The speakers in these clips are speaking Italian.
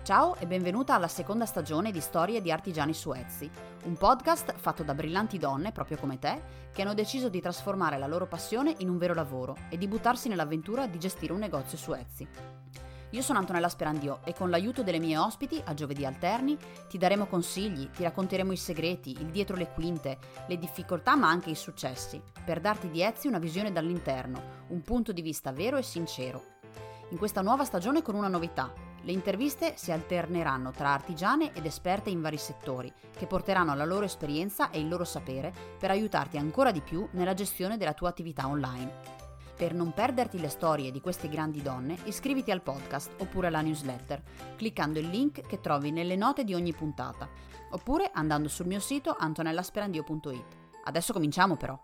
Ciao e benvenuta alla seconda stagione di Storie di Artigiani su Etsy, un podcast fatto da brillanti donne, proprio come te, che hanno deciso di trasformare la loro passione in un vero lavoro e di buttarsi nell'avventura di gestire un negozio su Etsy. Io sono Antonella Sperandio e con l'aiuto delle mie ospiti, a giovedì alterni, ti daremo consigli, ti racconteremo i segreti, il dietro le quinte, le difficoltà ma anche i successi, per darti di Etsy una visione dall'interno, un punto di vista vero e sincero. In questa nuova stagione con una novità. Le interviste si alterneranno tra artigiane ed esperte in vari settori, che porteranno la loro esperienza e il loro sapere per aiutarti ancora di più nella gestione della tua attività online. Per non perderti le storie di queste grandi donne, iscriviti al podcast oppure alla newsletter, cliccando il link che trovi nelle note di ogni puntata, oppure andando sul mio sito antonellasperandio.it. Adesso cominciamo però!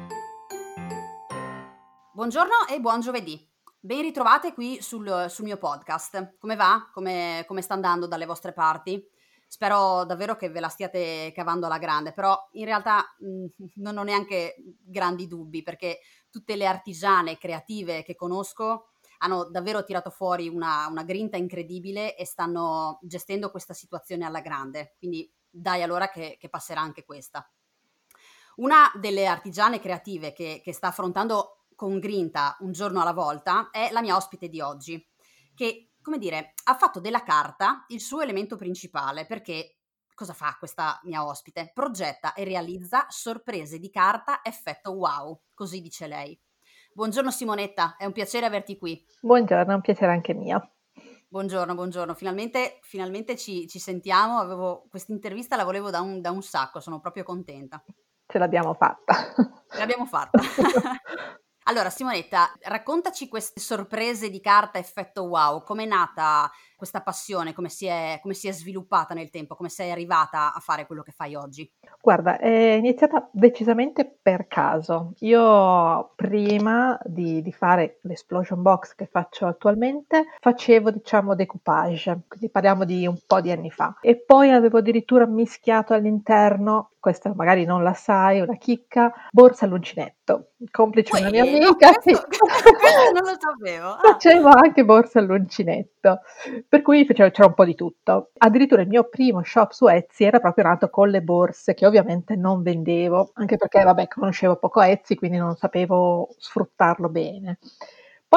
Buongiorno e buon giovedì! Ben ritrovate qui sul mio podcast. Come va? Come sta andando dalle vostre parti? Spero davvero che ve la stiate cavando alla grande, però in realtà non ho neanche grandi dubbi, perché tutte le artigiane creative che conosco hanno davvero tirato fuori una grinta incredibile e stanno gestendo questa situazione alla grande. Quindi dai allora che passerà anche questa. Una delle artigiane creative che sta affrontando con grinta un giorno alla volta è la mia ospite di oggi, che, come dire, ha fatto della carta il suo elemento principale, perché cosa fa questa mia ospite? Progetta e realizza sorprese di carta effetto wow, così dice lei. Buongiorno Simonetta, è un piacere averti qui. Buongiorno, è un piacere anche mio. Buongiorno, finalmente ci sentiamo, avevo questa intervista, la volevo da un sacco, sono proprio contenta. Ce l'abbiamo fatta. Ce l'abbiamo fatta. Allora, Simonetta, raccontaci queste sorprese di carta effetto wow. Com'è nata questa passione? Come si è sviluppata nel tempo? Come sei arrivata a fare quello che fai oggi? Guarda, è iniziata decisamente per caso. Io prima di fare l'Explosion Box che faccio attualmente, facevo diciamo decoupage, quindi parliamo di un po' di anni fa. E poi avevo addirittura mischiato all'interno, questa magari non la sai, una chicca, borsa all'uncinetto. Complice una mia No, amica, sì. questo non lo sapevo. Ah. Facevo anche borse all'uncinetto, per cui c'era un po' di tutto. Addirittura il mio primo shop su Etsy era proprio nato con le borse, che ovviamente non vendevo, anche perché vabbè conoscevo poco Etsy, quindi non sapevo sfruttarlo bene. Poi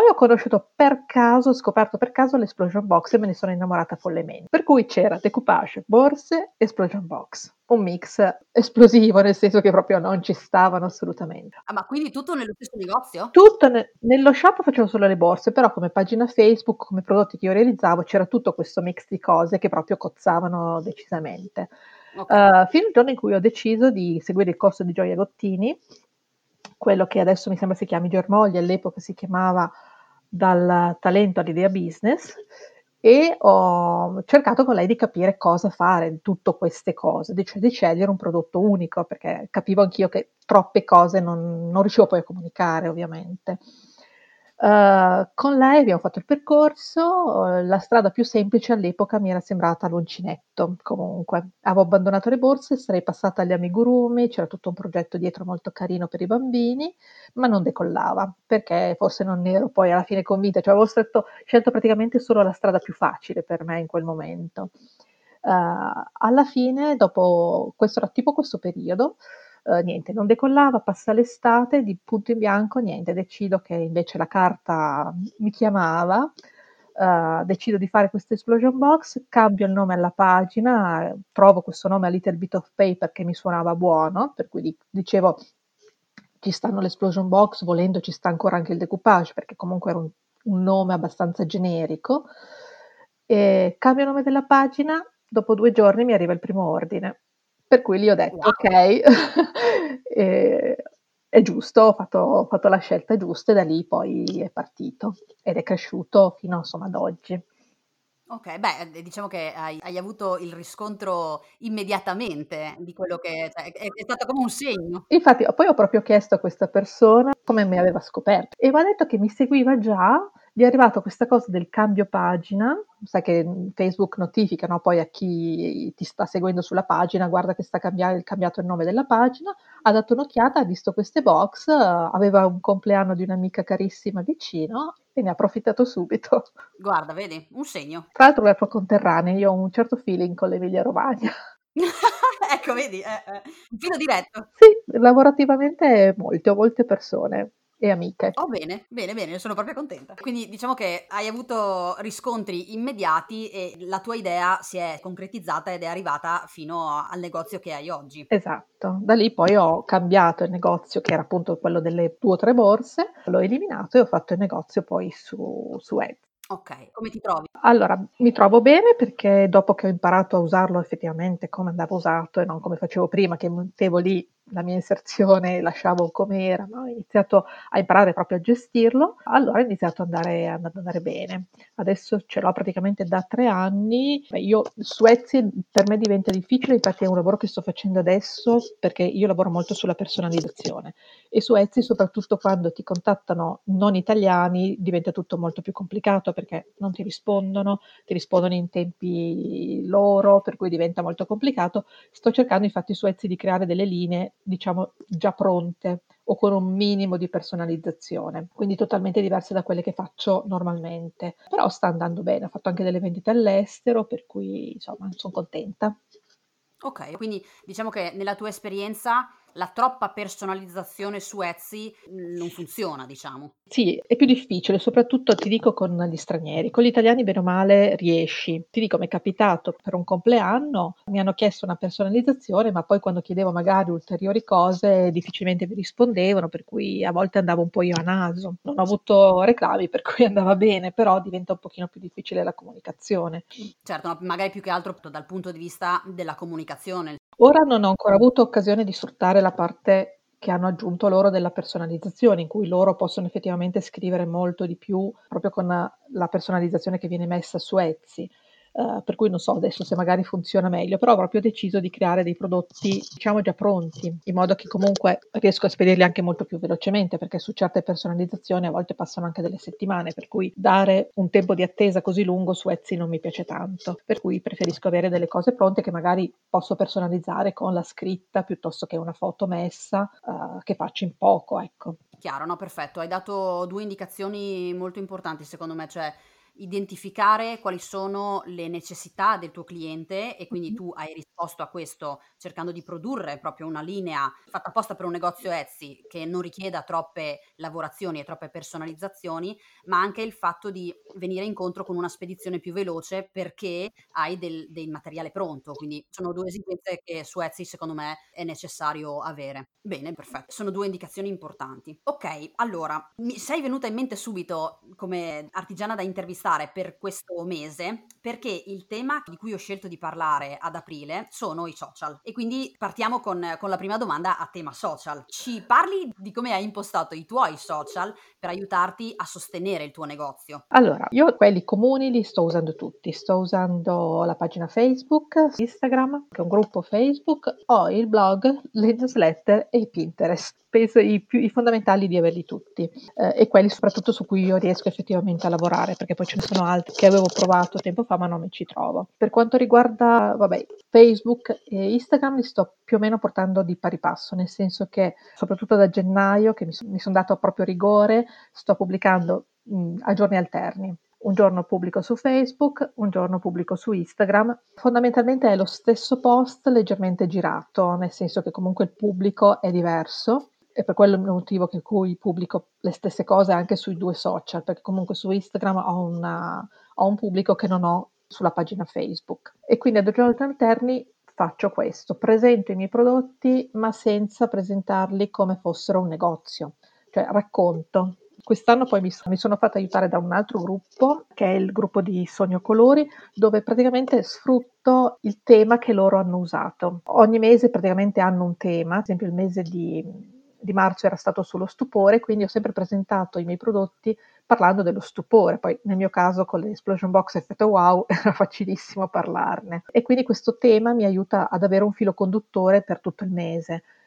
ho scoperto per caso l'Explosion Box e me ne sono innamorata follemente. Per cui c'era decoupage, borse, Explosion Box. Un mix esplosivo, nel senso che proprio non ci stavano assolutamente. Ah, ma quindi tutto nello stesso negozio? Tutto nello shop facevo solo le borse, però come pagina Facebook, come prodotti che io realizzavo, c'era tutto questo mix di cose che proprio cozzavano decisamente. Ok. Fino al giorno in cui ho deciso di seguire il corso di Gioia Gottini, quello che adesso mi sembra si chiami Germogli, all'epoca si chiamava Dal talento all'idea business, e ho cercato con lei di capire cosa fare di tutte queste cose, di scegliere un prodotto unico, perché capivo anch'io che troppe cose non riuscivo poi a comunicare ovviamente. Con lei abbiamo fatto il percorso, la strada più semplice all'epoca mi era sembrata l'uncinetto comunque. Avevo abbandonato le borse, sarei passata agli amigurumi, c'era tutto un progetto dietro molto carino per i bambini, ma non decollava, perché forse non ero poi alla fine convinta, cioè avevo scelto praticamente solo la strada più facile per me in quel momento. Alla fine, dopo questo era tipo questo periodo, niente, non decollava, passa l'estate, di punto in bianco, niente, decido che invece la carta mi chiamava, decido di fare questo Explosion Box, cambio il nome alla pagina, trovo questo nome a Little Bit of Paper che mi suonava buono, per cui dicevo ci stanno l'Explosion Box, volendo ci sta ancora anche il decoupage, perché comunque era un nome abbastanza generico. E cambio nome della pagina, dopo 2 giorni mi arriva il primo ordine. Per cui lì ho detto: Wow. "Okay, è giusto, ho fatto la scelta giusta", e da lì poi è partito ed è cresciuto fino insomma ad oggi. Ok, beh, diciamo che hai avuto il riscontro immediatamente di quello che, cioè, è stato come un segno. Infatti poi ho proprio chiesto a questa persona come mi aveva scoperto e m'ha detto che mi seguiva già, gli è arrivato questa cosa del cambio pagina, sai che, Facebook notifica, no, poi a chi ti sta seguendo sulla pagina: "Guarda che sta cambiato il nome della pagina". Ha dato un'occhiata, ha visto queste box, aveva un compleanno di un'amica carissima vicino e ne ha approfittato subito. Guarda, vedi, un segno. Tra l'altro è proprio conterranea, io ho un certo feeling con l'Emilia Romagna. Ecco vedi, un filo diretto. Sì, lavorativamente molte, ho molte persone e amiche. Oh bene, bene, bene, ne sono proprio contenta. Quindi diciamo che hai avuto riscontri immediati e la tua idea si è concretizzata ed è arrivata fino al negozio che hai oggi. Esatto. Da lì poi ho cambiato il negozio che era appunto quello delle 2 o 3 borse, l'ho eliminato e ho fatto il negozio poi su Etsy. Okay, come ti trovi? Allora, mi trovo bene perché dopo che ho imparato a usarlo effettivamente come andava usato e non come facevo prima che mettevo lì la mia inserzione e lasciavo com'era, ma ho iniziato a imparare proprio a gestirlo, allora è iniziato ad andare bene. Adesso ce l'ho praticamente da 3 anni. Beh, io su Etsy per me diventa difficile, infatti è un lavoro che sto facendo adesso perché io lavoro molto sulla personalizzazione e su Etsy, soprattutto quando ti contattano non italiani, diventa tutto molto più complicato perché non ti rispondono in tempi loro, per cui diventa molto complicato. Sto cercando infatti su Etsy di creare delle linee, diciamo, già pronte o con un minimo di personalizzazione, quindi totalmente diverse da quelle che faccio normalmente. Però sta andando bene, ho fatto anche delle vendite all'estero, per cui insomma son contenta. Okay, quindi diciamo che nella tua esperienza la troppa personalizzazione su Etsy, non funziona diciamo. Sì, è più difficile, soprattutto ti dico con gli stranieri. Con gli italiani bene o male riesci. Ti dico, m'è capitato per un compleanno, mi hanno chiesto una personalizzazione, ma poi quando chiedevo magari ulteriori cose difficilmente mi rispondevano, per cui a volte andavo un po' io a naso. Non ho avuto reclami, per cui andava bene, però diventa un pochino più difficile la comunicazione. Certo, ma magari più che altro dal punto di vista della comunicazione. Ora non ho ancora avuto occasione di sfruttare la parte che hanno aggiunto loro della personalizzazione, in cui loro possono effettivamente scrivere molto di più proprio con la personalizzazione che viene messa su Etsy. Per cui non so adesso se magari funziona meglio, però ho proprio deciso di creare dei prodotti, diciamo, già pronti, in modo che comunque riesco a spedirli anche molto più velocemente, perché su certe personalizzazioni a volte passano anche delle settimane, per cui dare un tempo di attesa così lungo su Etsy non mi piace tanto. Per cui preferisco avere delle cose pronte che magari posso personalizzare con la scritta piuttosto che una foto messa, che faccio in poco, ecco. Chiaro, no, perfetto. Hai dato 2 indicazioni molto importanti secondo me, cioè identificare quali sono le necessità del tuo cliente e quindi Mh-mh. tu hai risposto a questo cercando di produrre proprio una linea fatta apposta per un negozio Etsy che non richieda troppe lavorazioni e troppe personalizzazioni, ma anche il fatto di venire incontro con una spedizione più veloce perché hai del materiale pronto. Quindi sono 2 esigenze che su Etsy secondo me è necessario avere. Bene, perfetto. Sono 2 indicazioni importanti. Okay, allora, mi sei venuta in mente subito come artigiana da intervistare per questo mese, perché il tema di cui ho scelto di parlare ad aprile sono i social. E quindi partiamo con la prima domanda a tema social. Ci parli di come hai impostato i tuoi social per aiutarti a sostenere il tuo negozio? Allora, io quelli comuni li sto usando tutti. Sto usando la pagina Facebook, Instagram, che è un gruppo Facebook, ho il blog, le newsletter e i Pinterest. Penso i fondamentali di averli tutti, e quelli soprattutto su cui io riesco effettivamente a lavorare, perché poi ce ne sono altri che avevo provato tempo fa, ma non mi ci trovo. Per quanto riguarda, vabbè, Facebook e Instagram li sto più o meno portando di pari passo, nel senso che soprattutto da gennaio, che mi son data proprio rigore, sto pubblicando a giorni alterni. Un giorno pubblico su Facebook, un giorno pubblico su Instagram. Fondamentalmente è lo stesso post leggermente girato, nel senso che comunque il pubblico è diverso. E per quello il motivo per cui pubblico le stesse cose anche sui 2 social, perché comunque su Instagram ho un pubblico che non ho sulla pagina Facebook. E quindi a giorni alterni faccio questo, presento i miei prodotti, ma senza presentarli come fossero un negozio, cioè racconto. Quest'anno poi mi sono fatta aiutare da un altro gruppo, che è il gruppo di Sogno Colori, dove praticamente sfrutto il tema che loro hanno usato. Ogni mese praticamente hanno un tema, ad esempio il mese di marzo era stato sullo stupore, quindi ho sempre presentato i miei prodotti parlando dello stupore. Poi nel mio caso con le Explosion Box effetto wow era facilissimo parlarne. E quindi questo tema mi aiuta ad avere un filo conduttore per tutto il mese.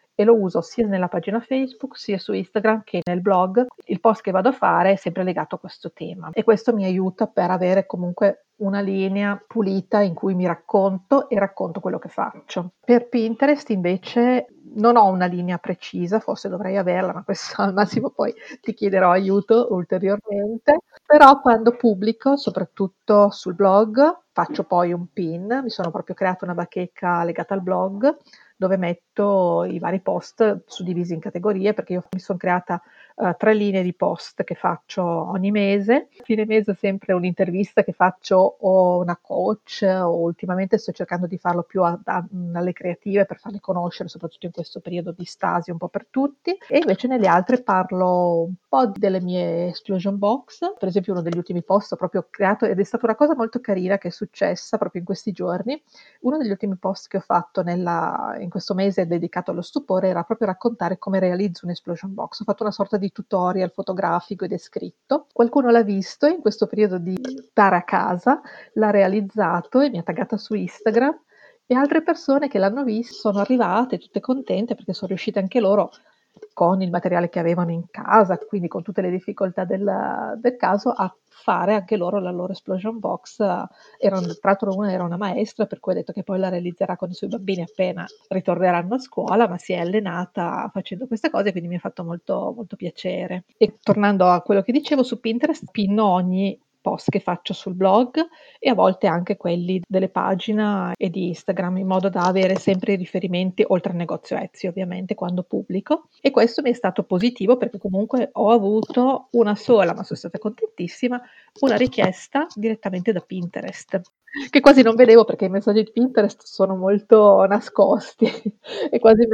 e lo uso sia nella pagina Facebook, sia su Instagram che nel blog. Il post che vado a fare è sempre legato a questo tema e questo mi aiuta per avere comunque una linea pulita in cui mi racconto e racconto quello che faccio. Per Pinterest invece non ho una linea precisa, forse dovrei averla, ma questo al massimo poi ti chiederò aiuto ulteriormente. Però quando pubblico, soprattutto sul blog, faccio poi un pin, mi sono proprio creata una bacheca legata al blog dove metto i vari post suddivisi in categorie, perché io mi sono creata 3 linee di post che faccio ogni mese. A fine mese sempre un'intervista che faccio o una coach, o ultimamente sto cercando di farlo più alle creative per farle conoscere, soprattutto in questo periodo di stasi un po' per tutti. E invece nelle altre parlo un po' delle mie explosion box. Per esempio uno degli ultimi post ho proprio creato, ed è stata una cosa molto carina che è successa proprio in questi giorni. Uno degli ultimi post che ho fatto in questo mese dedicato allo stupore era proprio raccontare come realizzo un explosion box. Ho fatto una sorta di tutorial fotografico e descritto. Qualcuno l'ha visto in questo periodo di stare a casa, l'ha realizzato e mi ha taggata su Instagram, e altre persone che l'hanno visto sono arrivate tutte contente perché sono riuscite anche loro con il materiale che avevano in casa, quindi con tutte le difficoltà del caso, a fare anche loro la loro explosion box. Tra l'altro una era una maestra, per cui ha detto che poi la realizzerà con i suoi bambini appena ritorneranno a scuola, ma si è allenata facendo queste cose, quindi mi ha fatto molto, molto piacere. E tornando a quello che dicevo, su Pinterest pinno ogni post che faccio sul blog e a volte anche quelli delle pagine e di Instagram, in modo da avere sempre i riferimenti, oltre al negozio Etsy ovviamente, quando pubblico. E questo mi è stato positivo perché comunque ho avuto una sola, ma sono stata contentissima, una richiesta direttamente da Pinterest, che quasi non vedevo perché i messaggi di Pinterest sono molto nascosti e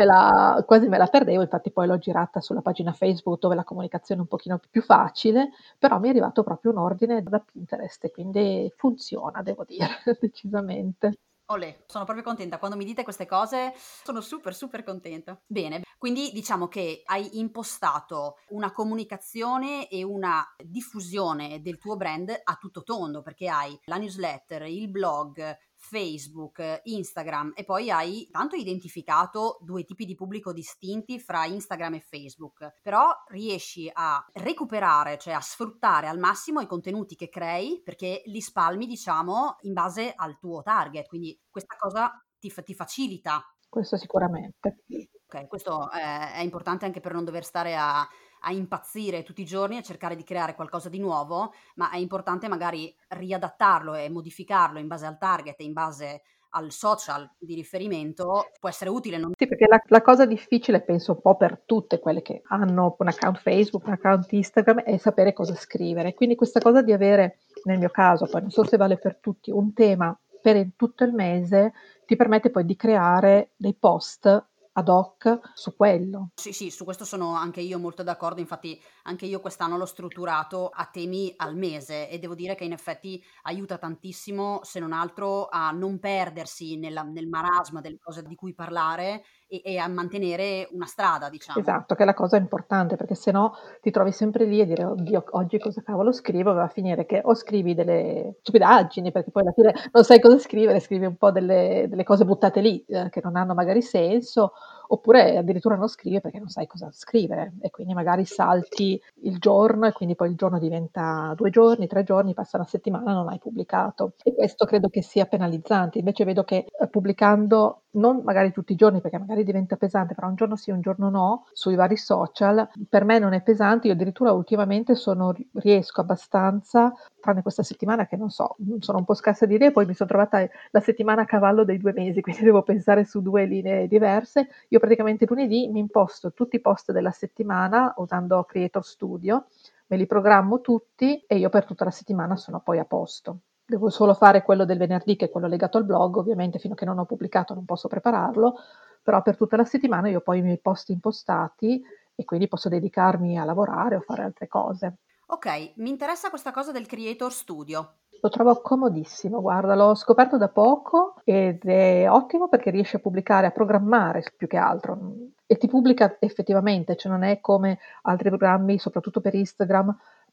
quasi me la perdevo. Infatti poi l'ho girata sulla pagina Facebook dove la comunicazione è un pochino più facile, però mi è arrivato proprio un ordine da Pinterest e quindi funziona, devo dire, decisamente. Olè, sono proprio contenta. Quando mi dite queste cose sono super super contenta. Bene, quindi diciamo che hai impostato una comunicazione e una diffusione del tuo brand a tutto tondo, perché hai la newsletter, il blog, Facebook, Instagram, e poi hai tanto identificato due tipi di pubblico distinti fra Instagram e Facebook, però riesci a recuperare, cioè a sfruttare al massimo i contenuti che crei, perché li spalmi, diciamo, in base al tuo target, quindi questa cosa ti facilita. Questo sicuramente. Ok, questo è importante anche per non dover stare a impazzire tutti i giorni a cercare di creare qualcosa di nuovo, ma è importante magari riadattarlo e modificarlo in base al target e in base al social di riferimento, può essere utile. Sì, perché la cosa difficile, penso un po' per tutte quelle che hanno un account Facebook, un account Instagram, è sapere cosa scrivere. Quindi questa cosa di avere, nel mio caso, poi non so se vale per tutti, un tema per tutto il mese, ti permette poi di creare dei post ad hoc su quello. Sì, sì, su questo sono anche io molto d'accordo, infatti anche io quest'anno l'ho strutturato a temi al mese e devo dire che in effetti aiuta tantissimo, se non altro, a non perdersi nel marasma delle cose di cui parlare e a mantenere una strada, diciamo. Esatto, che è la cosa importante, perché se no ti trovi sempre lì a dire: "Oddio, oggi cosa cavolo scrivo?" E va a finire che o scrivi delle stupidaggini, perché poi alla fine non sai cosa scrivere, scrivi un po' delle cose buttate lì, che non hanno magari senso, oppure addirittura non scrivi perché non sai cosa scrivere e quindi magari salti il giorno e quindi poi il giorno diventa 2 giorni, 3 giorni, passa una settimana, non hai pubblicato. E questo credo che sia penalizzante. Invece vedo che, pubblicando non magari tutti i giorni, perché magari diventa pesante, però un giorno sì, un giorno no, sui vari social, per me non è pesante. Io addirittura ultimamente riesco abbastanza, tranne questa settimana che non so, sono un po' scarsa di idee, poi mi sono trovata la settimana a cavallo dei 2 mesi, quindi devo pensare su 2 linee diverse. Io praticamente lunedì mi imposto tutti i post della settimana usando Creator Studio, me li programmo tutti e io per tutta la settimana sono poi a posto. Devo solo fare quello del venerdì, che è quello legato al blog, ovviamente fino a che non ho pubblicato non posso prepararlo, però per tutta la settimana io poi ho i miei post impostati e quindi posso dedicarmi a lavorare o fare altre cose. Ok, mi interessa questa cosa del Creator Studio. Lo trovo comodissimo, guarda, l'ho scoperto da poco ed è ottimo perché riesce a pubblicare, a programmare più che altro e ti pubblica effettivamente, cioè non è come altri programmi, soprattutto per Instagram,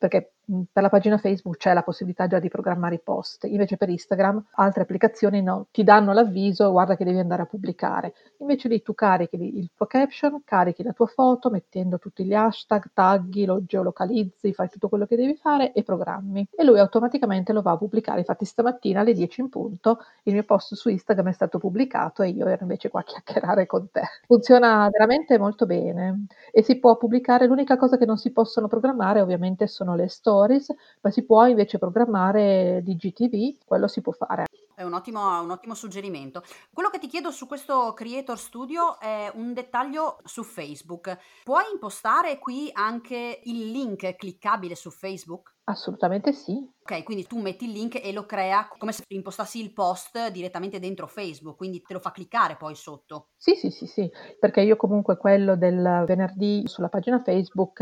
perché per la pagina Facebook c'è la possibilità già di programmare i post, invece per Instagram altre applicazioni no, ti danno l'avviso, guarda che devi andare a pubblicare. Invece lì tu carichi il tuo caption, carichi la tua foto mettendo tutti gli hashtag, tagghi, lo geolocalizzi, fai tutto quello che devi fare e programmi. E lui automaticamente lo va a pubblicare. Infatti stamattina alle 10 in punto il mio post su Instagram è stato pubblicato e io ero invece qua a chiacchierare con te. Funziona veramente molto bene e si può pubblicare, l'unica cosa che non si possono programmare ovviamente sono le stories, ma si può invece programmare l'IGTV, quello si può fare. È un ottimo suggerimento. Quello che ti chiedo su questo Creator Studio è un dettaglio su Facebook. Puoi impostare qui anche il link cliccabile su Facebook? Assolutamente sì. Ok, quindi tu metti il link e lo crea come se impostassi il post direttamente dentro Facebook, quindi te lo fa cliccare poi sotto. Sì, sì, sì, sì, perché io comunque quello del venerdì sulla pagina Facebook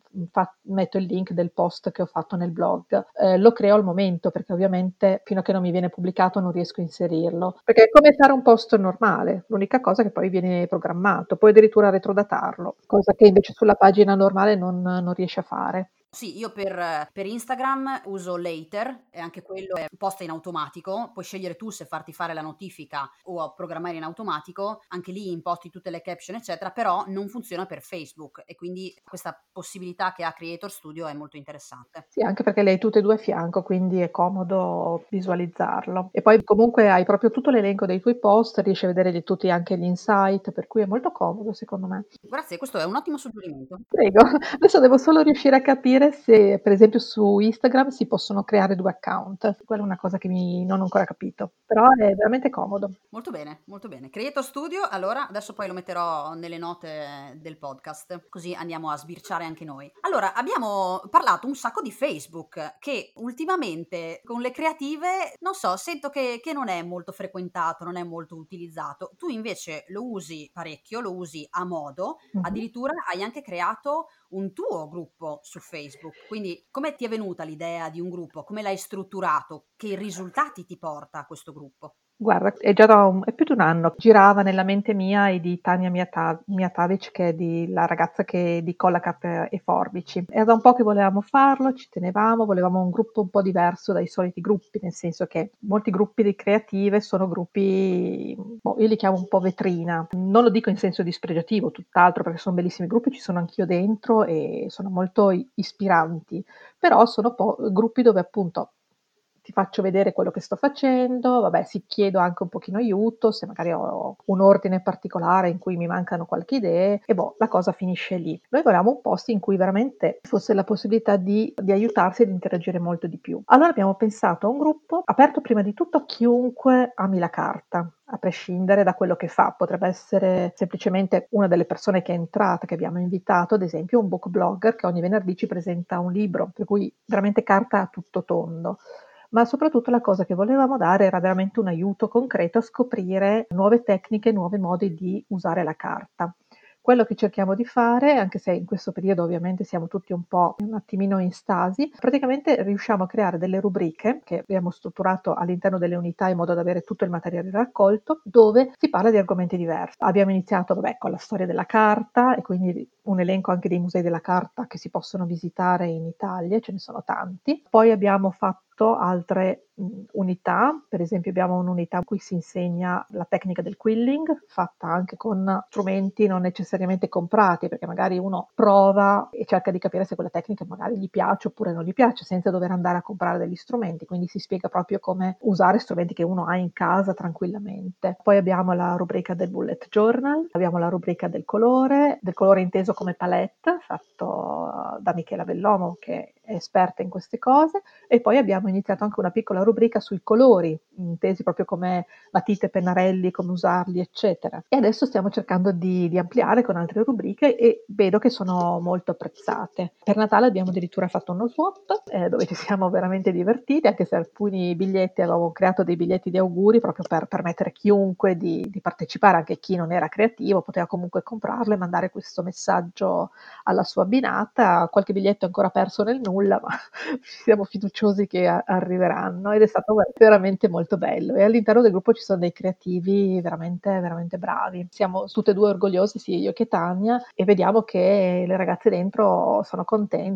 metto il link del post che ho fatto nel blog, lo creo al momento perché ovviamente fino a che non mi viene pubblicato non riesco a inserirlo, perché è come fare un post normale, l'unica cosa che poi viene programmato, puoi addirittura retrodatarlo, cosa che invece sulla pagina normale non riesci a fare. Sì, io per Instagram uso Later e anche quello è posta in automatico, puoi scegliere tu se farti fare la notifica o programmare in automatico, anche lì imposti tutte le caption eccetera, però non funziona per Facebook e quindi questa possibilità che ha Creator Studio è molto interessante. Sì, anche perché le hai tutte e 2 a fianco, quindi è comodo visualizzarlo. E poi comunque hai proprio tutto l'elenco dei tuoi post, riesci a vedere tutti anche gli insight, per cui è molto comodo secondo me. Grazie, questo è un ottimo suggerimento. Prego. Adesso devo solo riuscire a capire se, per esempio, su Instagram si possono creare 2 account. Quella è una cosa che non ho ancora capito, però è veramente comodo. Molto bene, molto bene. Creator Studio, allora adesso poi lo metterò nelle note del podcast, così andiamo a sbirciare anche noi. Allora, abbiamo parlato un sacco di Facebook, che ultimamente con le creative, non so, sento che non è molto frequentato, non è molto utilizzato. Tu invece lo usi parecchio, lo usi a modo, Mh-mh. addirittura hai anche creato un tuo gruppo su Facebook. Quindi, come ti è venuta l'idea di un gruppo? Come l'hai strutturato? Che risultati ti porta questo gruppo? Guarda, è già da è più di 1 anno, girava nella mente mia e di Tania Miatavic, che è la ragazza che di Collacap e Forbici. Era da un po' che volevamo farlo, ci tenevamo, volevamo un gruppo un po' diverso dai soliti gruppi, nel senso che molti gruppi di creative sono gruppi, boh, io li chiamo un po' vetrina. Non lo dico in senso dispregiativo, tutt'altro, perché son bellissimi gruppi, ci sono anch'io dentro e sono molto ispiranti, però sono gruppi dove appunto ti faccio vedere quello che sto facendo, vabbè sì, chiedo anche un pochino aiuto, se magari ho un ordine particolare in cui mi mancano qualche idee e boh, la cosa finisce lì. Noi volevamo un posto in cui veramente fosse la possibilità di aiutarsi e di interagire molto di più. Allora abbiamo pensato a un gruppo aperto prima di tutto a chiunque ami la carta, a prescindere da quello che fa. Potrebbe essere semplicemente una delle persone che è entrata, che abbiamo invitato, ad esempio un book blogger che ogni venerdì ci presenta un libro, per cui veramente carta a tutto tondo. Ma soprattutto la cosa che volevamo dare era veramente un aiuto concreto a scoprire nuove tecniche, nuovi modi di usare la carta. Quello che cerchiamo di fare, anche se in questo periodo ovviamente siamo tutti un attimino in stasi, praticamente riusciamo a creare delle rubriche che abbiamo strutturato all'interno delle unità in modo da avere tutto il materiale raccolto, dove si parla di argomenti diversi. Abbiamo iniziato, vabbè, con la storia della carta e quindi un elenco anche dei musei della carta che si possono visitare in Italia, ce ne sono tanti. Poi abbiamo fatto altre unità, per esempio abbiamo un'unità in cui si insegna la tecnica del quilling, fatta anche con strumenti non necessariamente comprati, perché magari uno prova e cerca di capire se quella tecnica magari gli piace oppure non gli piace, senza dover andare a comprare degli strumenti, quindi si spiega proprio come usare strumenti che uno ha in casa tranquillamente. Poi abbiamo la rubrica del bullet journal, abbiamo la rubrica del colore inteso come palette, fatto da Michela Bellomo, che è esperta in queste cose, e poi abbiamo iniziato anche una piccola rubrica sui colori, intesi proprio come matite, pennarelli, come usarli, eccetera. E adesso stiamo cercando di ampliare con altre rubriche e vedo che sono molto apprezzate. Per Natale abbiamo addirittura fatto uno swap, dove ci siamo veramente divertiti, anche se alcuni biglietti, avevamo creato dei biglietti di auguri proprio per permettere a chiunque di partecipare, anche chi non era creativo, poteva comunque comprarlo e mandare questo messaggio alla sua abbinata. Qualche biglietto è ancora perso nel nulla, ma siamo fiduciosi che arriveranno ed è stato veramente molto bello. E all'interno del gruppo ci sono dei creativi veramente, veramente bravi. Siamo tutte e due orgogliose, sia io che Tania, e vediamo che le ragazze dentro sono contente.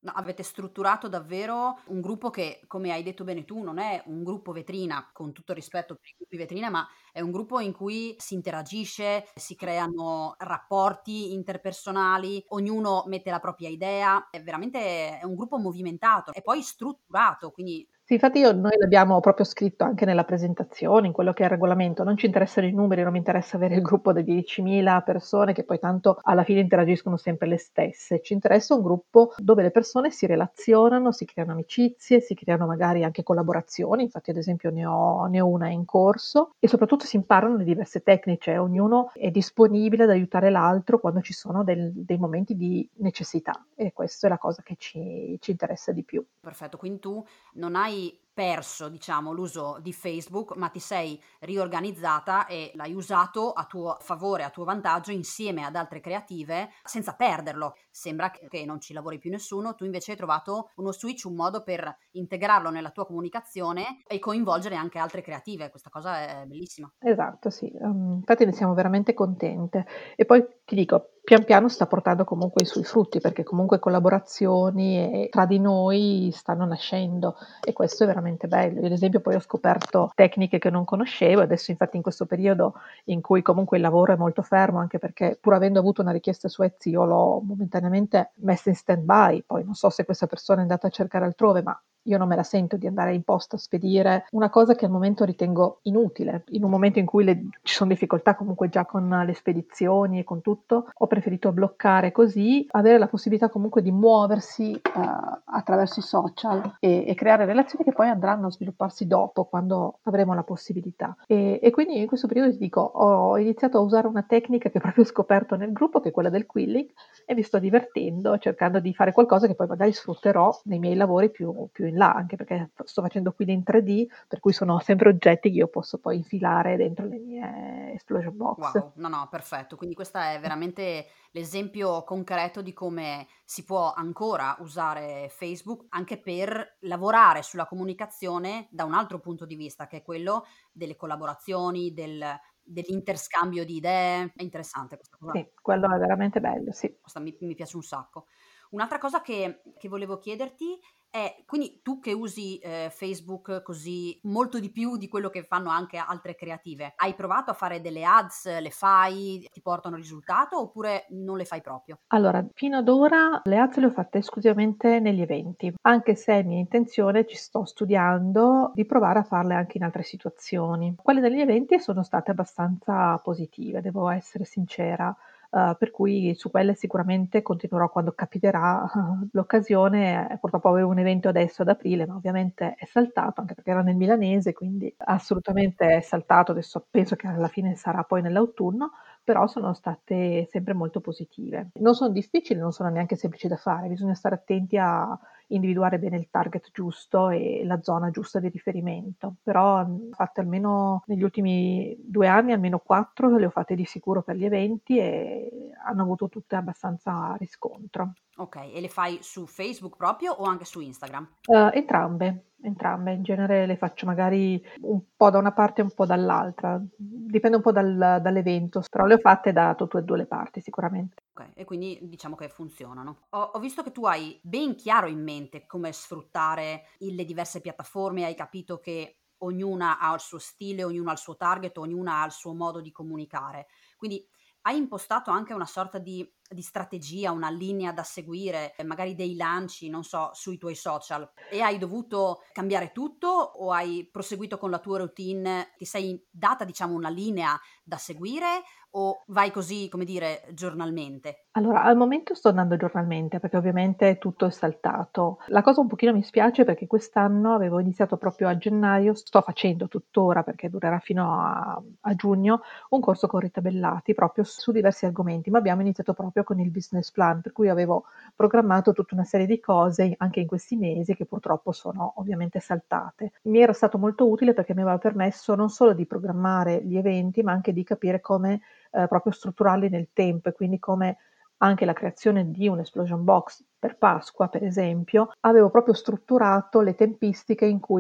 No, avete strutturato davvero un gruppo che, come hai detto bene tu, non è un gruppo vetrina, con tutto il rispetto per i gruppi vetrina, ma è un gruppo in cui si interagisce, si creano rapporti interpersonali, ognuno mette la propria idea, è un gruppo movimentato e poi strutturato, quindi Sì, infatti noi l'abbiamo proprio scritto anche nella presentazione, in quello che è il regolamento. Non ci interessano i numeri, non mi interessa avere il gruppo da 10.000 persone che poi tanto alla fine interagiscono sempre le stesse. Ci interessa un gruppo dove le persone si relazionano, si creano amicizie, si creano magari anche collaborazioni. Infatti ad esempio ne ho una in corso e soprattutto si imparano le diverse tecniche. Ognuno è disponibile ad aiutare l'altro quando ci sono dei momenti di necessità e questa è la cosa che ci interessa di più. perfetto, quindi tu non hai perso, diciamo, l'uso di Facebook, ma ti sei riorganizzata e l'hai usato a tuo favore, a tuo vantaggio insieme ad altre creative senza perderlo. Sembra che non ci lavori più nessuno, tu invece hai trovato uno switch, un modo per integrarlo nella tua comunicazione e coinvolgere anche altre creative. Questa cosa è bellissima. Esatto, sì. Infatti ne siamo veramente contente. E poi ti dico, pian piano sta portando comunque i suoi frutti, perché comunque collaborazioni tra di noi stanno nascendo e questo è veramente bello. Io ad esempio poi ho scoperto tecniche che non conoscevo, adesso infatti in questo periodo in cui comunque il lavoro è molto fermo, anche perché pur avendo avuto una richiesta su Etsy io l'ho momentaneamente messa in stand-by, poi non so se questa persona è andata a cercare altrove, ma io non me la sento di andare in posta a spedire una cosa che al momento ritengo inutile. In un momento in cui ci sono difficoltà comunque già con le spedizioni e con tutto, ho preferito bloccare così, avere la possibilità comunque di muoversi attraverso i social e creare relazioni che poi andranno a svilupparsi dopo, quando avremo la possibilità. E quindi in questo periodo ti dico, ho iniziato a usare una tecnica che proprio ho scoperto nel gruppo, che è quella del quilling, e mi sto divertendo cercando di fare qualcosa che poi magari sfrutterò nei miei lavori più in là, anche perché sto facendo qui in 3D, per cui sono sempre oggetti che io posso poi infilare dentro le mie explosion box. Wow, no, no, perfetto. Quindi questa è veramente l'esempio concreto di come si può ancora usare Facebook anche per lavorare sulla comunicazione da un altro punto di vista, che è quello delle collaborazioni, dell'interscambio di idee. È interessante questa cosa. Sì, quello è veramente bello, sì. Questa mi piace un sacco. Un'altra cosa che volevo chiederti è, quindi tu che usi, Facebook così molto di più di quello che fanno anche altre creative, hai provato a fare delle ads? Le fai? Ti portano risultato oppure non le fai proprio? Allora, fino ad ora le ads le ho fatte esclusivamente negli eventi, anche se è mia intenzione, ci sto studiando, di provare a farle anche in altre situazioni. Quelle degli eventi sono state abbastanza positive, devo essere sincera, per cui su quelle sicuramente continuerò quando capiterà l'occasione. Purtroppo avevo un evento adesso ad aprile, ma ovviamente è saltato, anche perché era nel milanese, quindi assolutamente è saltato, adesso penso che alla fine sarà poi nell'autunno, però sono state sempre molto positive. Non son difficili, non sono neanche semplici da fare, bisogna stare attenti a individuare bene il target giusto e la zona giusta di riferimento, però, fatte almeno negli ultimi 2 anni, almeno 4 le ho fatte di sicuro per gli eventi e hanno avuto tutte abbastanza riscontro. Okay, e le fai su Facebook proprio o anche su Instagram? Entrambe. In genere le faccio magari un po' da una parte e un po' dall'altra. Dipende un po' dall'evento, però le ho fatte da tutte e 2 le parti sicuramente. Okay, e quindi diciamo che funzionano. Ho visto che tu hai ben chiaro in mente come sfruttare le diverse piattaforme, hai capito che ognuna ha il suo stile, ognuna ha il suo target, ognuna ha il suo modo di comunicare. Quindi hai impostato anche una sorta di strategia, una linea da seguire, magari dei lanci, non so, sui tuoi social e hai dovuto cambiare tutto o hai proseguito con la tua routine? Ti sei data, diciamo, una linea da seguire o vai così, come dire, giornalmente? Allora, al momento sto andando giornalmente, perché ovviamente tutto è saltato. La cosa un pochino mi spiace perché quest'anno avevo iniziato proprio a gennaio, sto facendo tuttora perché durerà fino a giugno, un corso con Rita Bellati proprio su diversi argomenti, ma abbiamo iniziato proprio con il business plan, per cui avevo programmato tutta una serie di cose anche in questi mesi che purtroppo sono ovviamente saltate. Mi era stato molto utile perché mi aveva permesso non solo di programmare gli eventi, ma anche di capire come proprio strutturarli nel tempo e quindi come anche la creazione di un explosion box per Pasqua, per esempio, avevo proprio strutturato le tempistiche in cui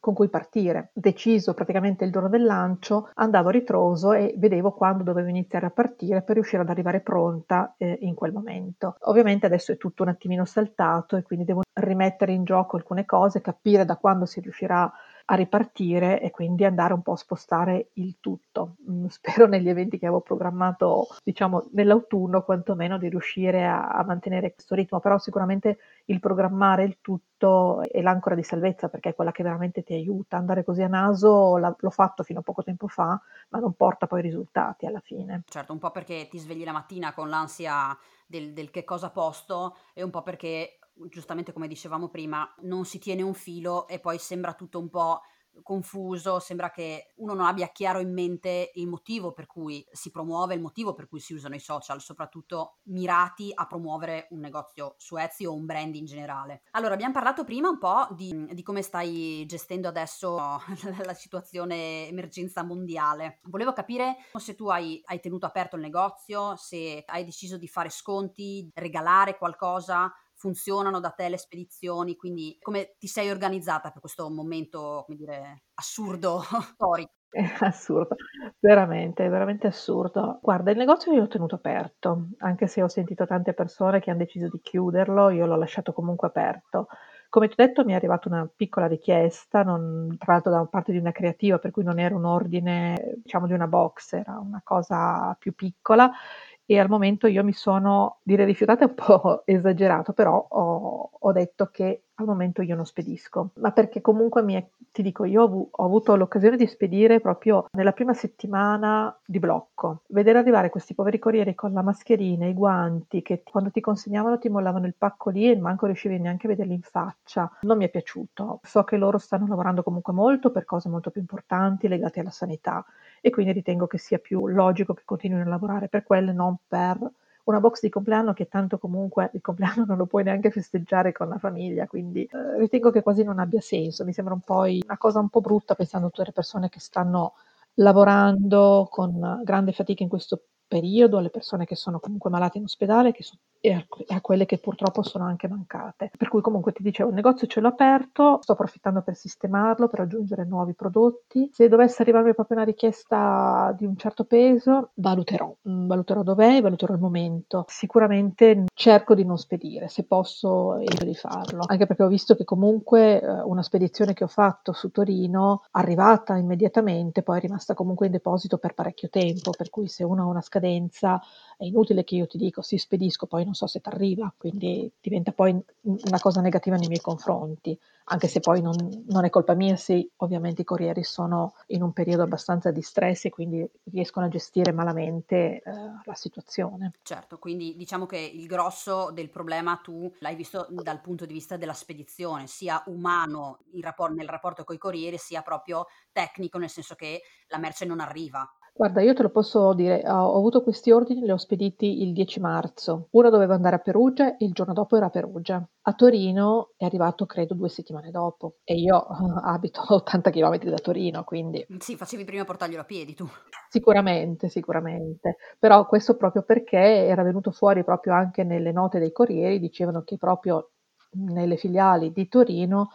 con cui partire. Deciso praticamente il giorno del lancio, andavo a ritroso e vedevo quando dovevo iniziare a partire per riuscire ad arrivare pronta in quel momento. Ovviamente adesso è tutto un attimino saltato e quindi devo rimettere in gioco alcune cose, capire da quando si riuscirà a ripartire e quindi andare un po' a spostare il tutto. Spero negli eventi che avevo programmato, diciamo nell'autunno, quantomeno di riuscire a mantenere questo ritmo, però sicuramente il programmare il tutto è l'ancora di salvezza, perché è quella che veramente ti aiuta. Andare così a naso l'ho fatto fino a poco tempo fa, ma non porta poi risultati alla fine. Certo, un po' perché ti svegli la mattina con l'ansia del che cosa posto e un po' perché, giustamente come dicevamo prima, non si tiene un filo e poi sembra tutto un po' confuso, sembra che uno non abbia chiaro in mente il motivo per cui si promuove, il motivo per cui si usano i social, soprattutto mirati a promuovere un negozio su Etsy o un brand in generale. Allora, abbiamo parlato prima un po' di come stai gestendo adesso la situazione emergenza mondiale. Volevo capire se tu hai tenuto aperto il negozio, se hai deciso di fare sconti, regalare qualcosa, funzionano da te le spedizioni, quindi come ti sei organizzata per questo momento, come dire, assurdo storico? È assurdo, veramente, veramente assurdo. Guarda, il negozio io l'ho tenuto aperto, anche se ho sentito tante persone che han deciso di chiuderlo, io l'ho lasciato comunque aperto. Come ti ho detto, mi è arrivata una piccola richiesta, tra l'altro da parte di una creativa, per cui non era un ordine, diciamo, di una box, era una cosa più piccola e al momento io mi sono, dire rifiutata è un po' esagerato, però ho detto che al momento io non spedisco, ma perché comunque ti dico, io ho avuto l'occasione di spedire proprio nella prima settimana di blocco. Vedere arrivare questi poveri corrieri con la mascherina, i guanti, che quando ti consegnavano ti mollavano il pacco lì e manco riuscivi neanche a vederli in faccia, non mi è piaciuto. So che loro stanno lavorando comunque molto per cose molto più importanti legate alla sanità e quindi ritengo che sia più logico che continuino a lavorare per quelle, non per una box di compleanno che tanto comunque il compleanno non lo puoi neanche festeggiare con la famiglia, quindi ritengo che quasi non abbia senso. Mi sembra un po' una cosa un po' brutta pensando a tutte le persone che stanno lavorando con grande fatica in questo periodo, alle persone che sono comunque malate in ospedale e a quelle che purtroppo sono anche mancate. Per cui comunque ti dicevo, il negozio ce l'ho aperto, sto approfittando per sistemarlo, per aggiungere nuovi prodotti. Se dovesse arrivarmi proprio una richiesta di un certo peso, valuterò dov'è, valuterò il momento. Sicuramente cerco di non spedire, se posso evito di farlo, anche perché ho visto che comunque una spedizione che ho fatto su Torino, arrivata immediatamente, poi è rimasta comunque in deposito per parecchio tempo, per cui se uno ha una scadenza è inutile che io ti dico sì spedisco, poi non so se t'arriva, quindi diventa poi una cosa negativa nei miei confronti, anche se poi non è colpa mia se ovviamente i corrieri sono in un periodo abbastanza di stress e quindi riescono a gestire malamente la situazione. Certo, quindi diciamo che il grosso del problema tu l'hai visto dal punto di vista della spedizione, sia umano nel rapporto coi corrieri, sia proprio tecnico, nel senso che la merce non arriva. Guarda, io te lo posso dire, ho avuto questi ordini, li ho spediti il 10 marzo. Uno doveva andare a Perugia e il giorno dopo era a Perugia. A Torino è arrivato credo 2 settimane dopo e io abito a 80 chilometri da Torino, quindi Sì, facevi prima a portarglielo a piedi tu. sicuramente, sicuramente. Però questo proprio perché era venuto fuori proprio anche nelle note dei corrieri, dicevano che proprio nelle filiali di Torino,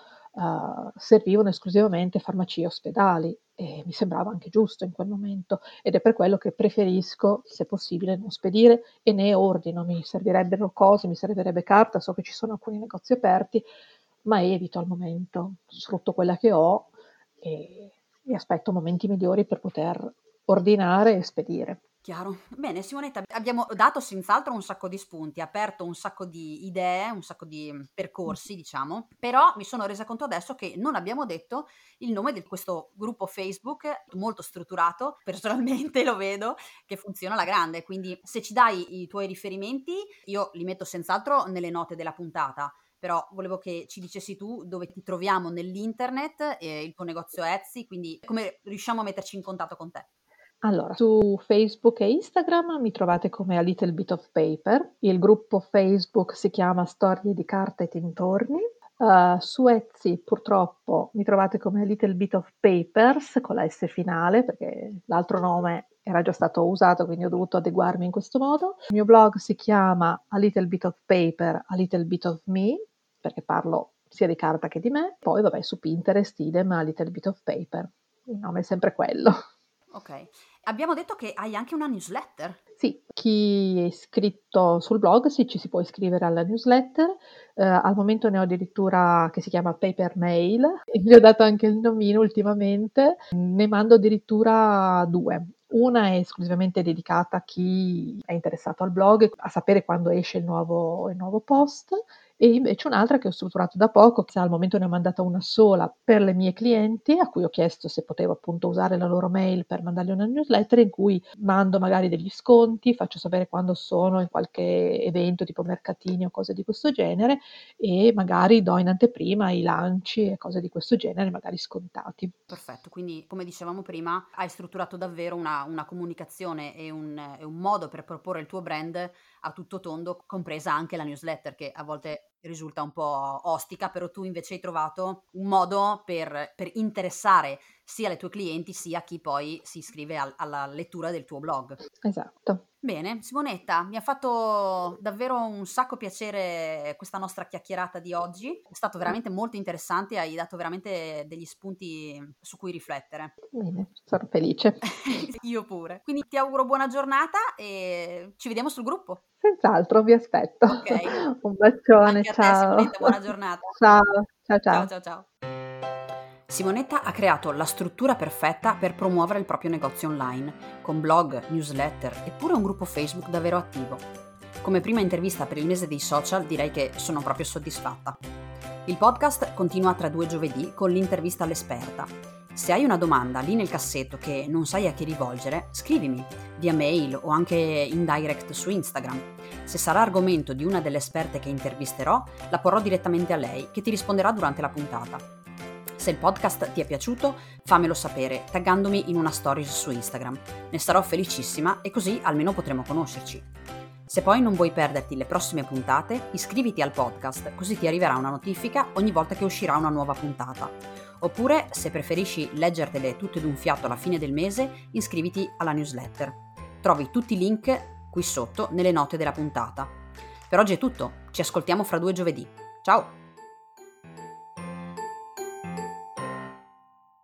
servivano esclusivamente farmacie e ospedali e mi sembrava anche giusto in quel momento ed è per quello che preferisco, se possibile, non spedire e ne ordino. Mi servirebbero cose, mi servirebbe carta, so che ci sono alcuni negozi aperti, ma evito al momento, sfrutto quella che ho e e aspetto momenti migliori per poter ordinare e spedire. Chiaro. Bene Simonetta, abbiamo dato senz'altro un sacco di spunti, aperto un sacco di idee, un sacco di percorsi, diciamo, però mi sono resa conto adesso che non abbiamo detto il nome di questo gruppo Facebook molto strutturato, personalmente lo vedo che funziona alla grande, quindi se ci dai i tuoi riferimenti io li metto senz'altro nelle note della puntata. Però volevo che ci dicessi tu dove ti troviamo nell'internet, il tuo negozio Etsy, quindi come riusciamo a metterci in contatto con te. Allora, su Facebook e Instagram mi trovate come A Little Bit of Paper, il gruppo Facebook si chiama Storie di carta e dintorni. Su Etsy purtroppo mi trovate come A Little Bit of Papers con la S finale perché l'altro nome era già stato usato, quindi ho dovuto adeguarmi in questo modo. Il mio blog si chiama A Little Bit of Paper, A Little Bit of Me, perché parlo sia di carta che di me. Poi vabbè, su Pinterest idem a Little Bit of Paper, il nome è sempre quello. Ok, abbiamo detto che hai anche una newsletter. Sì, chi è iscritto sul blog ci si può iscrivere alla newsletter. Al momento ne ho addirittura che si chiama Paper Mail, e gli ho dato anche il nomino ultimamente. Ne mando addirittura 2. Una è esclusivamente dedicata a chi è interessato al blog, a sapere quando esce il nuovo post, e invece un'altra che ho strutturato da poco, che al momento ne ho mandata una sola per le mie clienti, a cui ho chiesto se potevo appunto usare la loro mail per mandargli una newsletter in cui mando magari degli sconti, faccio sapere quando sono in qualche evento tipo mercatini o cose di questo genere, e magari do in anteprima i lanci e cose di questo genere, magari scontati. Perfetto, quindi come dicevamo prima, hai strutturato davvero una comunicazione e un modo per proporre il tuo brand a tutto tondo, compresa anche la newsletter, che a volte risulta un po' ostica, però tu invece hai trovato un modo per interessare sia le tue clienti sia chi poi si iscrive alla lettura del tuo blog. Esatto. Bene, Simonetta, mi ha fatto davvero un sacco piacere questa nostra chiacchierata di oggi. È stato veramente molto interessante, hai dato veramente degli spunti su cui riflettere. Bene, sono felice. Io pure. Quindi ti auguro buona giornata e ci vediamo sul gruppo. Senz'altro, vi aspetto. Ok? Un bacione, Anche a te, ciao. Simonetta, buona giornata. Ciao, ciao Ciao ciao. ciao ciao. Simonetta ha creato la struttura perfetta per promuovere il proprio negozio online, con blog, newsletter e pure un gruppo Facebook davvero attivo. Come prima intervista per il mese dei social direi che sono proprio soddisfatta. Il podcast continua tra 2 giovedì con l'intervista all'esperta. Se hai una domanda lì nel cassetto che non sai a chi rivolgere, scrivimi via mail o anche in direct su Instagram. Se sarà argomento di una delle esperte che intervisterò, la porrò direttamente a lei, che ti risponderà durante la puntata. Se il podcast ti è piaciuto, fammelo sapere taggandomi in una stories su Instagram. Ne sarò felicissima e così almeno potremo conoscerci. Se poi non vuoi perderti le prossime puntate, iscriviti al podcast, così ti arriverà una notifica ogni volta che uscirà una nuova puntata. Oppure, se preferisci leggertele tutte d'un fiato alla fine del mese, iscriviti alla newsletter. Trovi tutti i link qui sotto nelle note della puntata. Per oggi è tutto, ci ascoltiamo fra 2 giovedì. Ciao!